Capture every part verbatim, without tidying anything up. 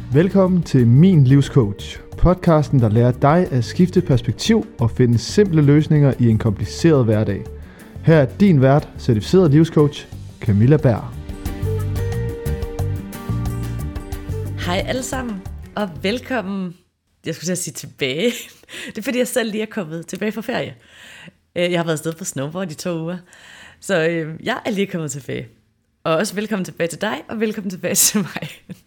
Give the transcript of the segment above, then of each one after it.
Velkommen til Min Livscoach, podcasten, der lærer dig at skifte perspektiv og finde simple løsninger i en kompliceret hverdag. Her er din vært, certificeret livscoach, Camilla Berg. Hej alle sammen, og velkommen, jeg skulle sige tilbage. Det er fordi, jeg selv lige er kommet tilbage fra ferie. Jeg har været afsted på snowboard i to uger, så jeg er lige kommet tilbage. Og også velkommen tilbage til dig, og velkommen tilbage til mig.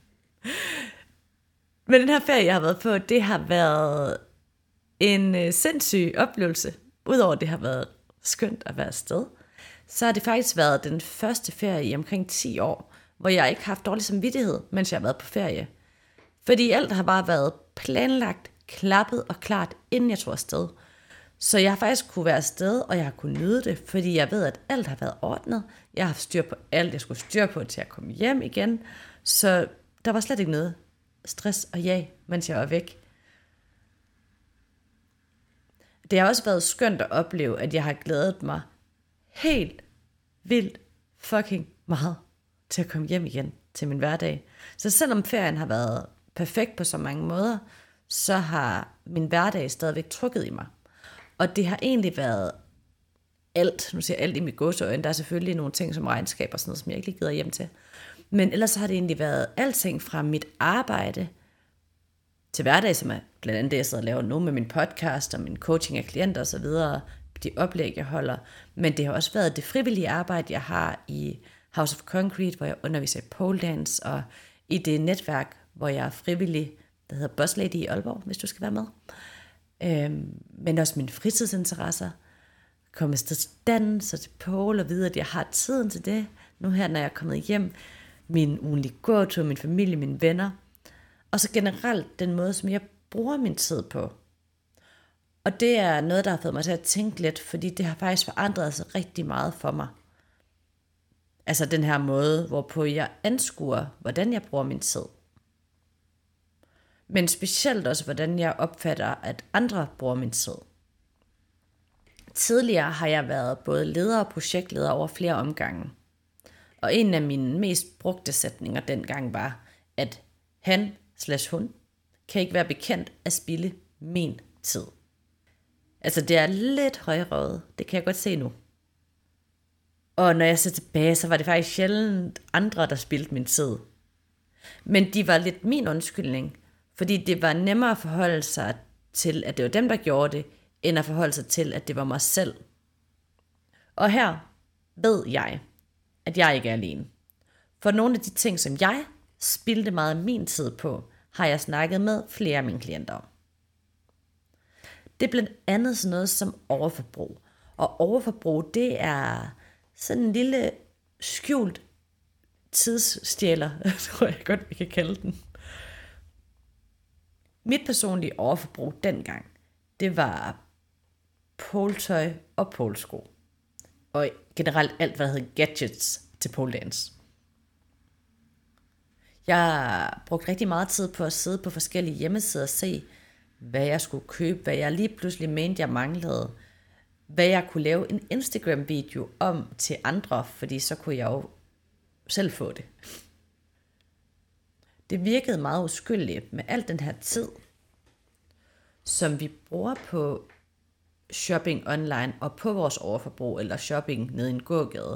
Men den her ferie, jeg har været på, det har været en sindssyg oplevelse. Udover det har været skønt at være afsted, så har det faktisk været den første ferie i omkring ti år, hvor jeg ikke har haft dårlig samvittighed, mens jeg har været på ferie. Fordi alt har bare været planlagt, klappet og klart, inden jeg tog afsted. Så jeg har faktisk kunne være afsted, og jeg har kunnet nyde det, fordi jeg ved, at alt har været ordnet. Jeg har haft styr på alt, jeg skulle styre på, til at komme hjem igen. Så der var slet ikke noget stress og ja, mens jeg var væk. Det har også været skønt at opleve, at jeg har glædet mig helt vildt fucking meget til at komme hjem igen til min hverdag. Så selvom ferien har været perfekt på så mange måder, så har min hverdag stadigvæk trukket i mig. Og det har egentlig været alt, nu siger jeg alt i mit gåseøjne, der er selvfølgelig nogle ting som regnskab og sådan noget, som jeg ikke lige gider hjem til. Men ellers har det egentlig været alting fra mit arbejde til hverdag, som er blandt andet det, jeg sidder og laver nu med min podcast og min coaching af klienter og så videre, de oplæg, jeg holder. Men det har også været det frivillige arbejde, jeg har i House of Concrete, hvor jeg underviser i pole dance, og i det netværk, hvor jeg er frivillig, der hedder Boss Lady i Aalborg, hvis du skal være med. Øhm, men også mine fritidsinteresser, komme afsted til dans og til pole og vide, at jeg har tiden til det. Nu her, når jeg er kommet hjem, min ugenlige gåtur, min familie, mine venner. Og så generelt den måde, som jeg bruger min tid på. Og det er noget, der har fået mig til at tænke lidt, fordi det har faktisk forandret sig rigtig meget for mig. Altså den her måde, hvorpå jeg anskuer, hvordan jeg bruger min tid. Men specielt også, hvordan jeg opfatter, at andre bruger min tid. Tidligere har jeg været både leder og projektleder over flere omgange. Og en af mine mest brugte sætninger dengang var, at han slash hun kan ikke være bekendt at spilde min tid. Altså det er lidt højrøget, det kan jeg godt se nu. Og når jeg ser tilbage, så var det faktisk sjældent andre, der spildte min tid. Men de var lidt min undskyldning, fordi det var nemmere at forholde sig til, at det var dem, der gjorde det, end at forholde sig til, at det var mig selv. Og her ved jeg, at jeg ikke er alene. For nogle af de ting, som jeg spildte meget af min tid på, har jeg snakket med flere af mine klienter om. Det er blandt andet sådan noget som overforbrug. Og overforbrug, det er sådan en lille skjult tidsstjæler, tror jeg godt, vi kan kalde den. Mit personlige overforbrug dengang, det var poletøj og polesko. Og generelt alt, hvad der hedder gadgets til pole dance. Jeg brugte rigtig meget tid på at sidde på forskellige hjemmesider og se, hvad jeg skulle købe, hvad jeg lige pludselig mente, jeg manglede. Hvad jeg kunne lave en Instagram-video om til andre, fordi så kunne jeg jo selv få det. Det virkede meget uskyldigt med al den her tid, som vi bruger på shopping online og på vores overforbrug eller shopping nede i en gågade.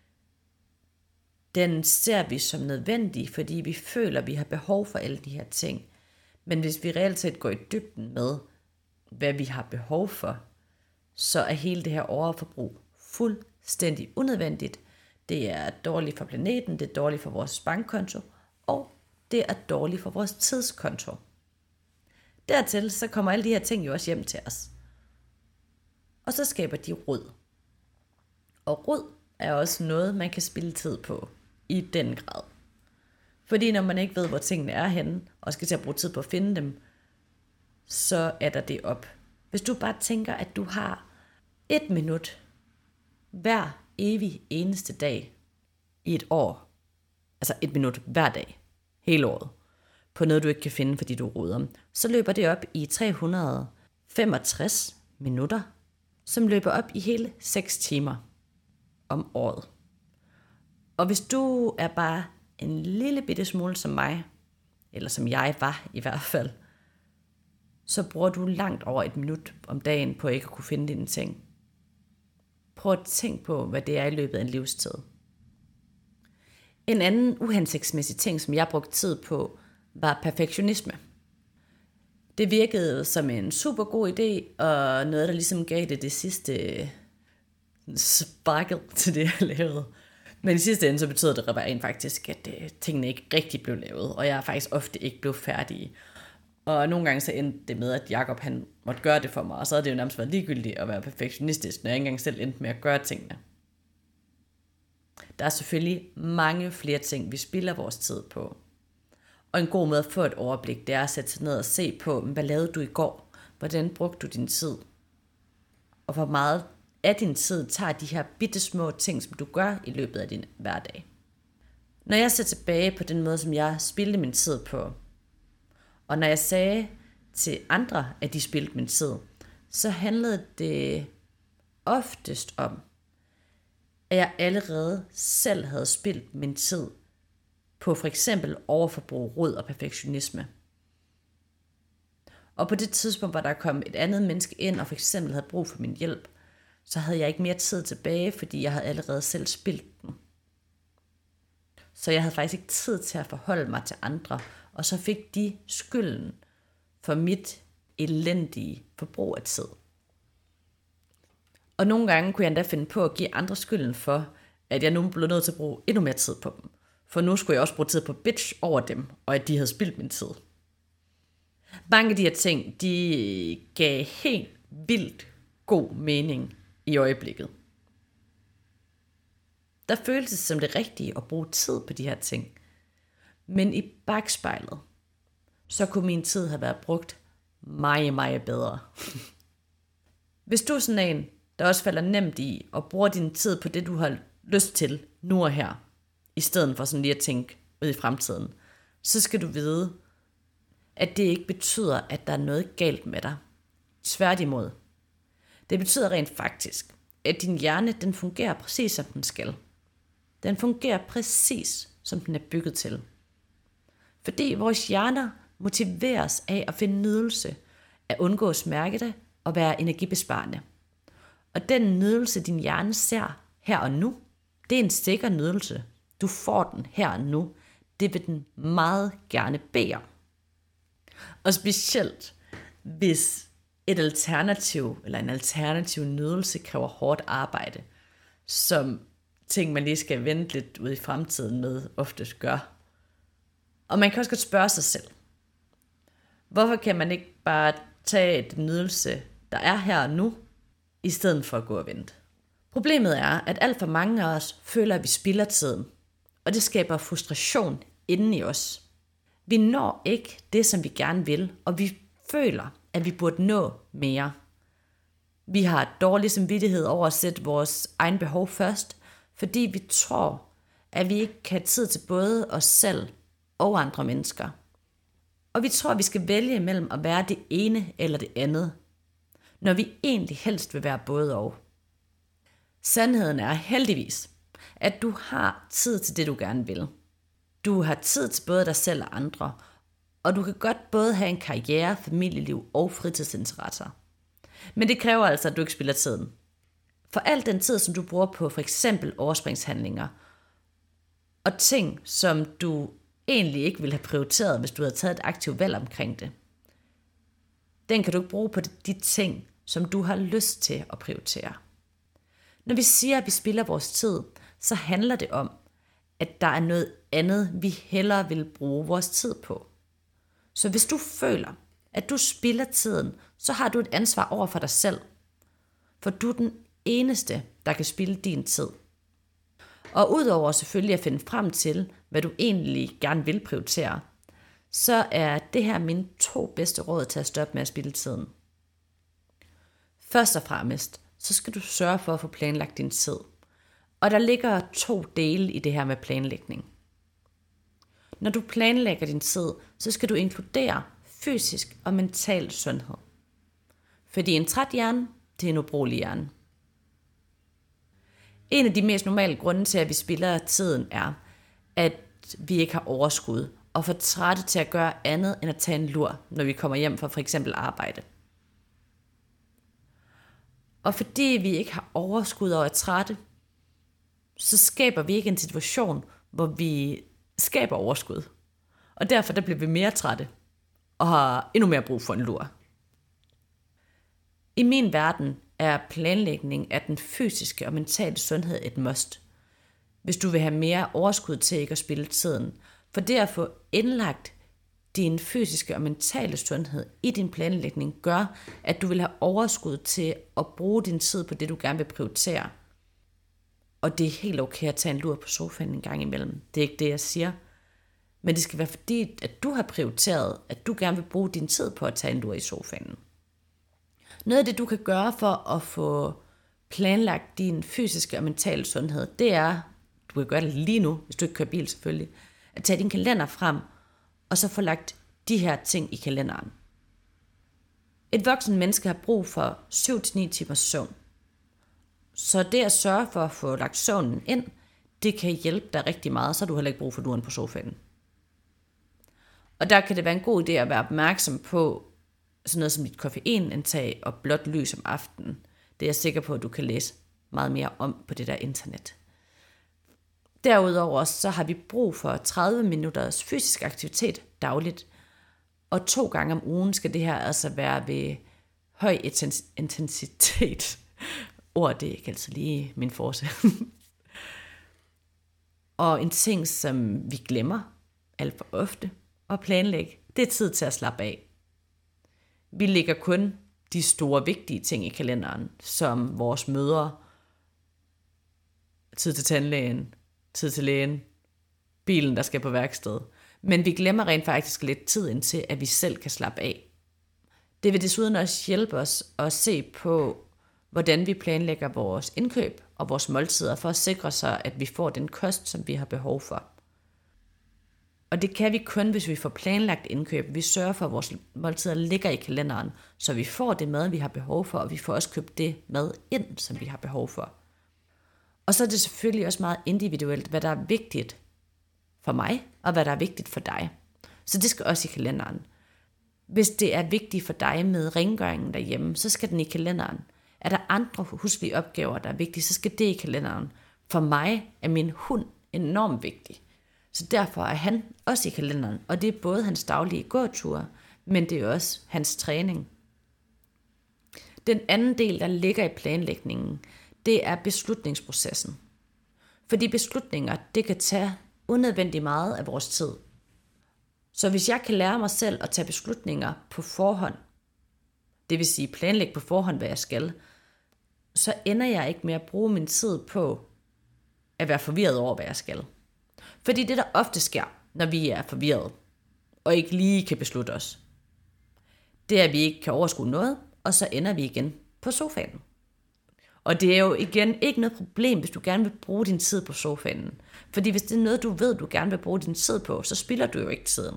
Den ser vi som nødvendig, fordi vi føler, at vi har behov for alle de her ting. Men hvis vi reelt set går i dybden med, hvad vi har behov for, så er hele det her overforbrug fuldstændig unødvendigt. Det er dårligt for planeten, det er dårligt for vores bankkonto, og det er dårligt for vores tidskonto. Dertil så kommer alle de her ting jo også hjem til os. Og så skaber de rod. Og rod er også noget, man kan spilde tid på i den grad. Fordi når man ikke ved, hvor tingene er henne, og skal til at bruge tid på at finde dem, så er der det op. Hvis du bare tænker, at du har et minut hver evig eneste dag i et år, altså et minut hver dag, hele året, på noget, du ikke kan finde, fordi du roder, så løber det op i tre hundrede og femogtres minutter, som løber op i hele seks timer om året. Og hvis du er bare en lille bitte smule som mig, eller som jeg var i hvert fald, så bruger du langt over et minut om dagen på ikke at kunne finde dine ting. Prøv at tænke på, hvad det er i løbet af en livstid. En anden uhensigtsmæssig ting, som jeg brugte tid på, var perfektionisme. Det virkede som en super god idé, og noget, der ligesom gav det det sidste sparkle til det, jeg lavede. Men i sidste ende, så betød det rent faktisk, at uh, tingene ikke rigtig blev lavet, og jeg er faktisk ofte ikke blevet færdig. Og nogle gange så endte det med, at Jacob han måtte gøre det for mig, og så havde det jo nærmest været ligegyldigt at være perfektionistisk, når jeg ikke engang selv endte med at gøre tingene. Der er selvfølgelig mange flere ting, vi spilder vores tid på. Og en god måde at få et overblik, det er at sætte sig ned og se på, hvad lavede du i går? Hvordan brugte du din tid? Og hvor meget af din tid tager de her bitte små ting, som du gør i løbet af din hverdag. Når jeg ser tilbage på den måde, som jeg spildte min tid på, og når jeg sagde til andre, at de spildte min tid, så handlede det oftest om, at jeg allerede selv havde spildt min tid på for eksempel overforbrug, rod og perfektionisme. Og på det tidspunkt, hvor der kom et andet menneske ind, og for eksempel havde brug for min hjælp, så havde jeg ikke mere tid tilbage, fordi jeg havde allerede selv spildt den. Så jeg havde faktisk ikke tid til at forholde mig til andre, og så fik de skylden for mit elendige forbrug af tid. Og nogle gange kunne jeg endda finde på at give andre skylden for, at jeg nu blev nødt til at bruge endnu mere tid på dem. For nu skulle jeg også bruge tid på bitch over dem, og at de havde spildt min tid. Mange af de her ting, de gav helt vildt god mening i øjeblikket. Der føltes det som det rigtige at bruge tid på de her ting. Men i bagspejlet, så kunne min tid have været brugt meget, meget bedre. Hvis du er sådan en, der også falder nemt i og bruger din tid på det, du har lyst til nu og her, i stedet for sådan lige at tænke ud i fremtiden, så skal du vide, at det ikke betyder, at der er noget galt med dig. Tværtimod. Det betyder rent faktisk, at din hjerne, den fungerer præcis som den skal. Den fungerer præcis som den er bygget til. Fordi vores hjerner motiveres af at finde nydelse, at undgå smerte og være energibesparende. Og den nydelse, din hjerne ser her og nu, det er en sikker nydelse. Du får den her og nu. Det vil den meget gerne bede om. Og specielt, hvis et alternativ, eller en alternativ nydelse kræver hårdt arbejde, som ting, man lige skal vente lidt ud i fremtiden med, oftest gør. Og man kan også godt spørge sig selv, hvorfor kan man ikke bare tage den nydelse, der er her og nu, i stedet for at gå og vente? Problemet er, at alt for mange af os føler, at vi spilder tiden, og det skaber frustration inden i os. Vi når ikke det, som vi gerne vil, og vi føler, at vi burde nå mere. Vi har dårlig samvittighed over at sætte vores egen behov først, fordi vi tror, at vi ikke kan have tid til både os selv og andre mennesker. Og vi tror, at vi skal vælge mellem at være det ene eller det andet, når vi egentlig helst vil være både og. Sandheden er heldigvis, at du har tid til det, du gerne vil. Du har tid til både dig selv og andre, og du kan godt både have en karriere, familieliv og fritidsinteresser. Men det kræver altså, at du ikke spilder tiden. For al den tid, som du bruger på for eksempel overspringshandlinger, og ting, som du egentlig ikke ville have prioriteret, hvis du havde taget et aktivt valg omkring det, den kan du ikke bruge på de ting, som du har lyst til at prioritere. Når vi siger, at vi spilder vores tid, så handler det om, at der er noget andet, vi hellere vil bruge vores tid på. Så hvis du føler, at du spilder tiden, så har du et ansvar over for dig selv. For du er den eneste, der kan spilde din tid. Og udover selvfølgelig at finde frem til, hvad du egentlig gerne vil prioritere, så er det her mine to bedste råd til at stoppe med at spilde tiden. Først og fremmest, så skal du sørge for at få planlagt din tid. Og der ligger to dele i det her med planlægning. Når du planlægger din tid, så skal du inkludere fysisk og mental sundhed. Fordi en træt hjerne, det er en ubrugelig hjerne. En af de mest normale grunde til, at vi spilder tiden, er, at vi ikke har overskud, og for trætte til at gøre andet end at tage en lur, når vi kommer hjem fra for eksempel arbejde. Og fordi vi ikke har overskud og er trætte, så skaber vi ikke en situation, hvor vi skaber overskud. Og derfor der bliver vi mere trætte og har endnu mere brug for en lur. I min verden er planlægning af den fysiske og mentale sundhed et must, hvis du vil have mere overskud til ikke at spilde tiden. For det at få indlagt din fysiske og mentale sundhed i din planlægning gør, at du vil have overskud til at bruge din tid på det, du gerne vil prioritere. Og det er helt okay at tage en lur på sofaen en gang imellem. Det er ikke det, jeg siger. Men det skal være fordi, at du har prioriteret, at du gerne vil bruge din tid på at tage en lur i sofaen. Noget af det, du kan gøre for at få planlagt din fysiske og mentale sundhed, det er, du kan gøre det lige nu, hvis du ikke kører bil selvfølgelig, at tage din kalender frem, og så få lagt de her ting i kalenderen. Et voksen menneske har brug for syv til ni timers søvn. Så det at sørge for at få lagt søvnen ind, det kan hjælpe dig rigtig meget, så har du heller ikke brug for luren på sofaen. Og der kan det være en god idé at være opmærksom på sådan noget som dit koffeinindtag og blåt lys om aftenen. Det er jeg sikker på, at du kan læse meget mere om på det der internet. Derudover så har vi brug for tredive minutters fysisk aktivitet dagligt, og to gange om ugen skal det her altså være ved høj intensitet. Ord, det er ikke altid lige min force. Og en ting, som vi glemmer alt for ofte at planlægge, det er tid til at slappe af. Vi lægger kun de store, vigtige ting i kalenderen, som vores møder, tid til tandlægen, tid til lægen, bilen, der skal på værksted. Men vi glemmer rent faktisk lidt tid indtil, at vi selv kan slappe af. Det vil desuden også hjælpe os at se på, hvordan vi planlægger vores indkøb og vores måltider, for at sikre sig, at vi får den kost, som vi har behov for. Og det kan vi kun, hvis vi får planlagt indkøb. Vi sørger for, at vores måltider ligger i kalenderen, så vi får det mad, vi har behov for, og vi får også købt det mad ind, som vi har behov for. Og så er det selvfølgelig også meget individuelt, hvad der er vigtigt for mig, og hvad der er vigtigt for dig. Så det skal også i kalenderen. Hvis det er vigtigt for dig med rengøringen derhjemme, så skal den i kalenderen. Er der andre huslige opgaver, der er vigtige, så skal det i kalenderen. For mig er min hund enormt vigtig. Så derfor er han også i kalenderen. Og det er både hans daglige gåture, men det er også hans træning. Den anden del, der ligger i planlægningen, det er beslutningsprocessen. Fordi beslutninger, det kan tage unødvendigt meget af vores tid. Så hvis jeg kan lære mig selv at tage beslutninger på forhånd, det vil sige planlægge på forhånd, hvad jeg skal, så ender jeg ikke med at bruge min tid på at være forvirret over, hvad jeg skal. Fordi det, der ofte sker, når vi er forvirret, og ikke lige kan beslutte os, det er, at vi ikke kan overskue noget, og så ender vi igen på sofaen. Og det er jo igen ikke noget problem, hvis du gerne vil bruge din tid på sofaen. Fordi hvis det er noget, du ved, du gerne vil bruge din tid på, så spilder du jo ikke tiden.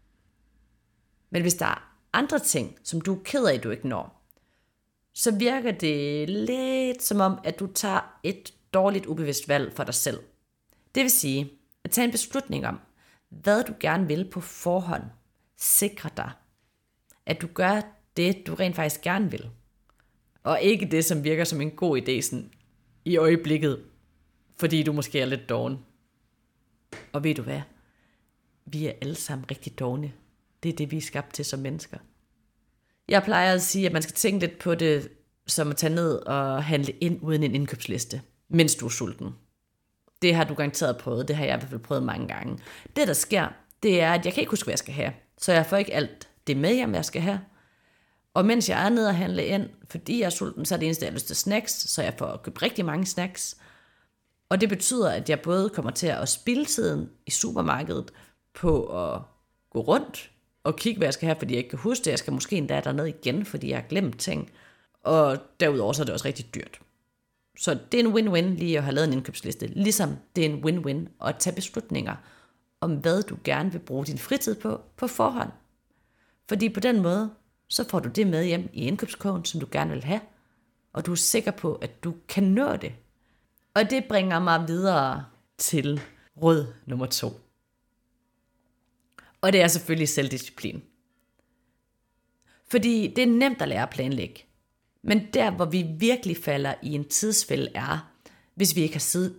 Men hvis der er andre ting, som du er ked af, du ikke når, så virker det lidt som om, at du tager et dårligt ubevidst valg for dig selv. Det vil sige, at tage en beslutning om, hvad du gerne vil på forhånd, sikrer dig, at du gør det, du rent faktisk gerne vil. Og ikke det, som virker som en god idé sådan, i øjeblikket, fordi du måske er lidt doven. Og ved du hvad? Vi er alle sammen rigtig dovne. Det er det, vi er skabt til som mennesker. Jeg plejer at sige, at man skal tænke lidt på det, som at tage ned og handle ind uden en indkøbsliste, mens du er sulten. Det har du garanteret prøvet, det har jeg i hvert fald prøvet mange gange. Det, der sker, det er, at jeg kan ikke huske, hvad jeg skal have. Så jeg får ikke alt det med hjem, jeg skal have. Og mens jeg er nede og handle ind, fordi jeg er sulten, så er det eneste, jeg har lyst til snacks, så jeg får købt rigtig mange snacks. Og det betyder, at jeg både kommer til at spilde tiden i supermarkedet på at gå rundt og kigge, hvad jeg skal have, fordi jeg ikke kan huske det. Jeg skal måske endda dernede igen, fordi jeg har glemt ting. Og derudover så er det også rigtig dyrt. Så det er en win-win lige at have lavet en indkøbsliste. Ligesom det er en win-win at tage beslutninger om, hvad du gerne vil bruge din fritid på på forhånd. Fordi på den måde, så får du det med hjem i indkøbskogen, som du gerne vil have. Og du er sikker på, at du kan nå det. Og det bringer mig videre til råd nummer to. Og det er selvfølgelig selvdisciplin. Fordi det er nemt at lære at planlægge. Men der, hvor vi virkelig falder i en tidsfælde, er, hvis vi ikke har sid...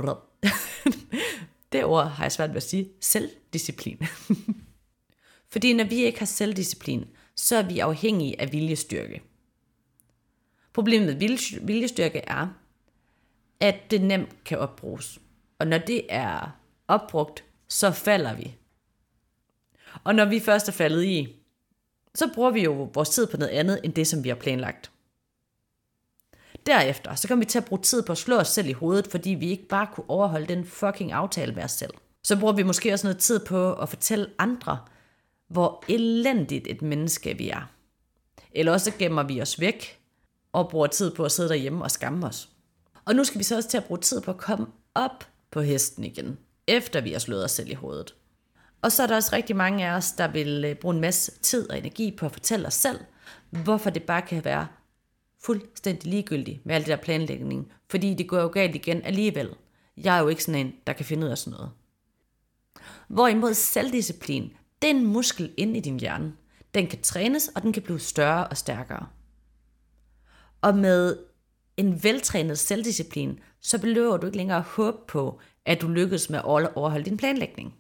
det ord har jeg svært ved at sige. Selvdisciplin. Fordi når vi ikke har selvdisciplin, så er vi afhængige af viljestyrke. Problemet med viljestyrke er, at det nemt kan opbruges. Og når det er opbrugt, så falder vi. Og når vi først er faldet i, så bruger vi jo vores tid på noget andet, end det, som vi har planlagt. Derefter, så kommer vi til at bruge tid på at slå os selv i hovedet, fordi vi ikke bare kunne overholde den fucking aftale med os selv. Så bruger vi måske også noget tid på at fortælle andre, hvor elendigt et menneske vi er. Eller også gemmer vi os væk, og bruger tid på at sidde derhjemme og skamme os. Og nu skal vi så også til at bruge tid på at komme op på hesten igen, efter vi har slået os selv i hovedet. Og så er der også rigtig mange af os, der vil bruge en masse tid og energi på at fortælle os selv, hvorfor det bare kan være fuldstændig ligegyldigt med alt det der planlægning, fordi det går jo galt igen alligevel. Jeg er jo ikke sådan en, der kan finde ud af sådan noget. Hvorimod selvdisciplin, det er en muskel inde i din hjerne. Den kan trænes, og den kan blive større og stærkere. Og med en veltrænet selvdisciplin, så behøver du ikke længere håbe på, at du lykkes med at overholde din planlægning.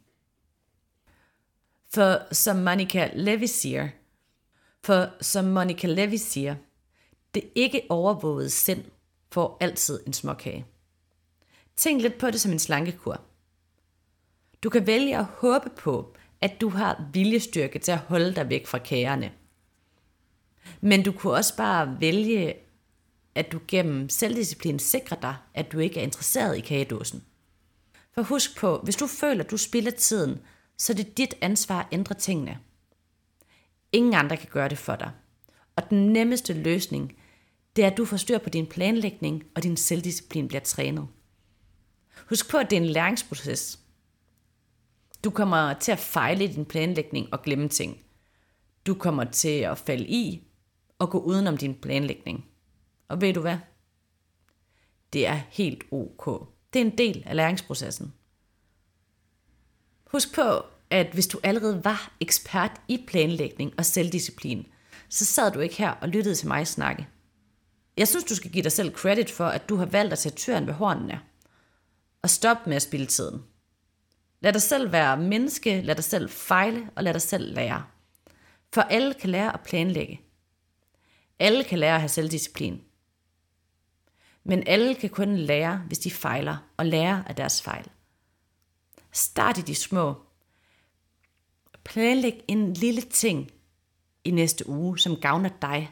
For som Monica Levy siger, for som Monica Levy siger, det ikke overvågede sind får altid en småkage. Tænk lidt på det som en slankekur. Du kan vælge at håbe på, at du har viljestyrke til at holde dig væk fra kagerne. Men du kunne også bare vælge, at du gennem selvdisciplin sikrer dig, at du ikke er interesseret i kagedåsen. For husk på, hvis du føler, at du spilder tiden, så er det dit ansvar at ændre tingene. Ingen andre kan gøre det for dig. Og den nemmeste løsning, det er, at du får styr på din planlægning, og din selvdisciplin bliver trænet. Husk på, at det er en læringsproces. Du kommer til at fejle i din planlægning og glemme ting. Du kommer til at falde i og gå udenom din planlægning. Og ved du hvad? Det er helt ok. Det er en del af læringsprocessen. Husk på, at hvis du allerede var ekspert i planlægning og selvdisciplin, så sad du ikke her og lyttede til mig snakke. Jeg synes, du skal give dig selv credit for, at du har valgt at tage tyren ved hornene. Og stop med at spilde tiden. Lad dig selv være menneske, lad dig selv fejle, og lad dig selv lære. For alle kan lære at planlægge. Alle kan lære at have selvdisciplin. Men alle kan kun lære, hvis de fejler, og lære af deres fejl. Start i de små. Planlæg en lille ting i næste uge, som gavner dig.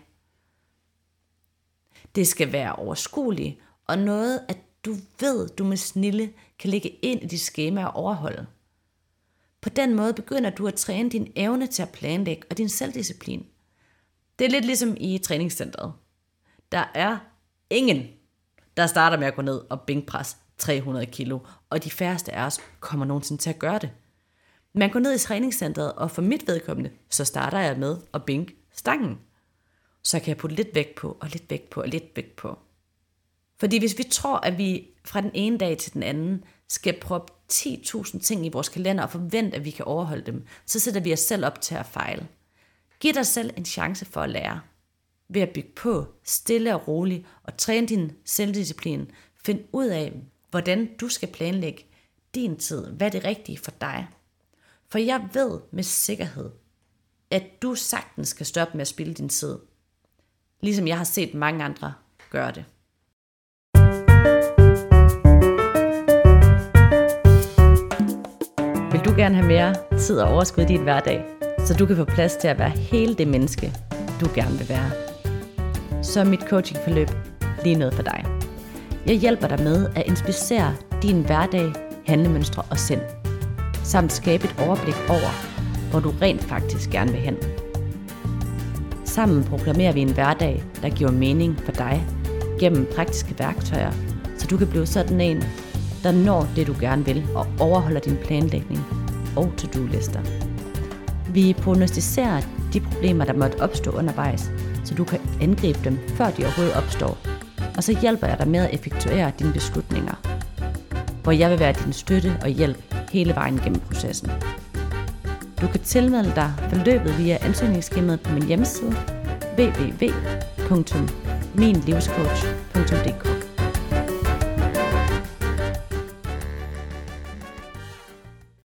Det skal være overskueligt, og noget, at du ved, du med snilde kan lægge ind i dit skema og overholde. På den måde begynder du at træne din evne til at planlægge og din selvdisciplin. Det er lidt ligesom i træningscentret. Der er ingen, der starter med at gå ned og bænkpresse tre hundrede kilo, og de færreste af os kommer nogensinde til at gøre det. Man går ned i træningscentret, og for mit vedkommende, så starter jeg med at bænke stangen. Så kan jeg putte lidt vægt på, og lidt vægt på, og lidt vægt på. Fordi hvis vi tror, at vi fra den ene dag til den anden skal proppe ti tusind ting i vores kalender og forvente, at vi kan overholde dem, så sætter vi os selv op til at fejle. Giv dig selv en chance for at lære. Ved at bygge på, stille og roligt, og træne din selvdisciplin. Find ud af, hvordan du skal planlægge din tid. Hvad er det rigtige for dig? For jeg ved med sikkerhed, at du sagtens skal stoppe med at spilde din tid. Ligesom jeg har set mange andre gøre det. Vil du gerne have mere tid og overskud i din hverdag, så du kan få plads til at være hele det menneske, du gerne vil være? Så er mit coachingforløb lige noget for dig. Jeg hjælper dig med at inspicere din hverdag, handlemønstre og sind, samt skabe et overblik over, hvor du rent faktisk gerne vil hen. Sammen proklamerer vi en hverdag, der giver mening for dig, gennem praktiske værktøjer, så du kan blive sådan en, der når det du gerne vil og overholder din planlægning og to-do-lister. Vi prognostiserer de problemer, der måtte opstå undervejs, så du kan angribe dem, før de overhovedet opstår. Og så hjælper jeg dig med at effektuere dine beslutninger, hvor jeg vil være din støtte og hjælp hele vejen gennem processen. Du kan tilmelde dig forløbet via ansøgningsskemaet på min hjemmeside w w w punktum min livscoach punktum d k.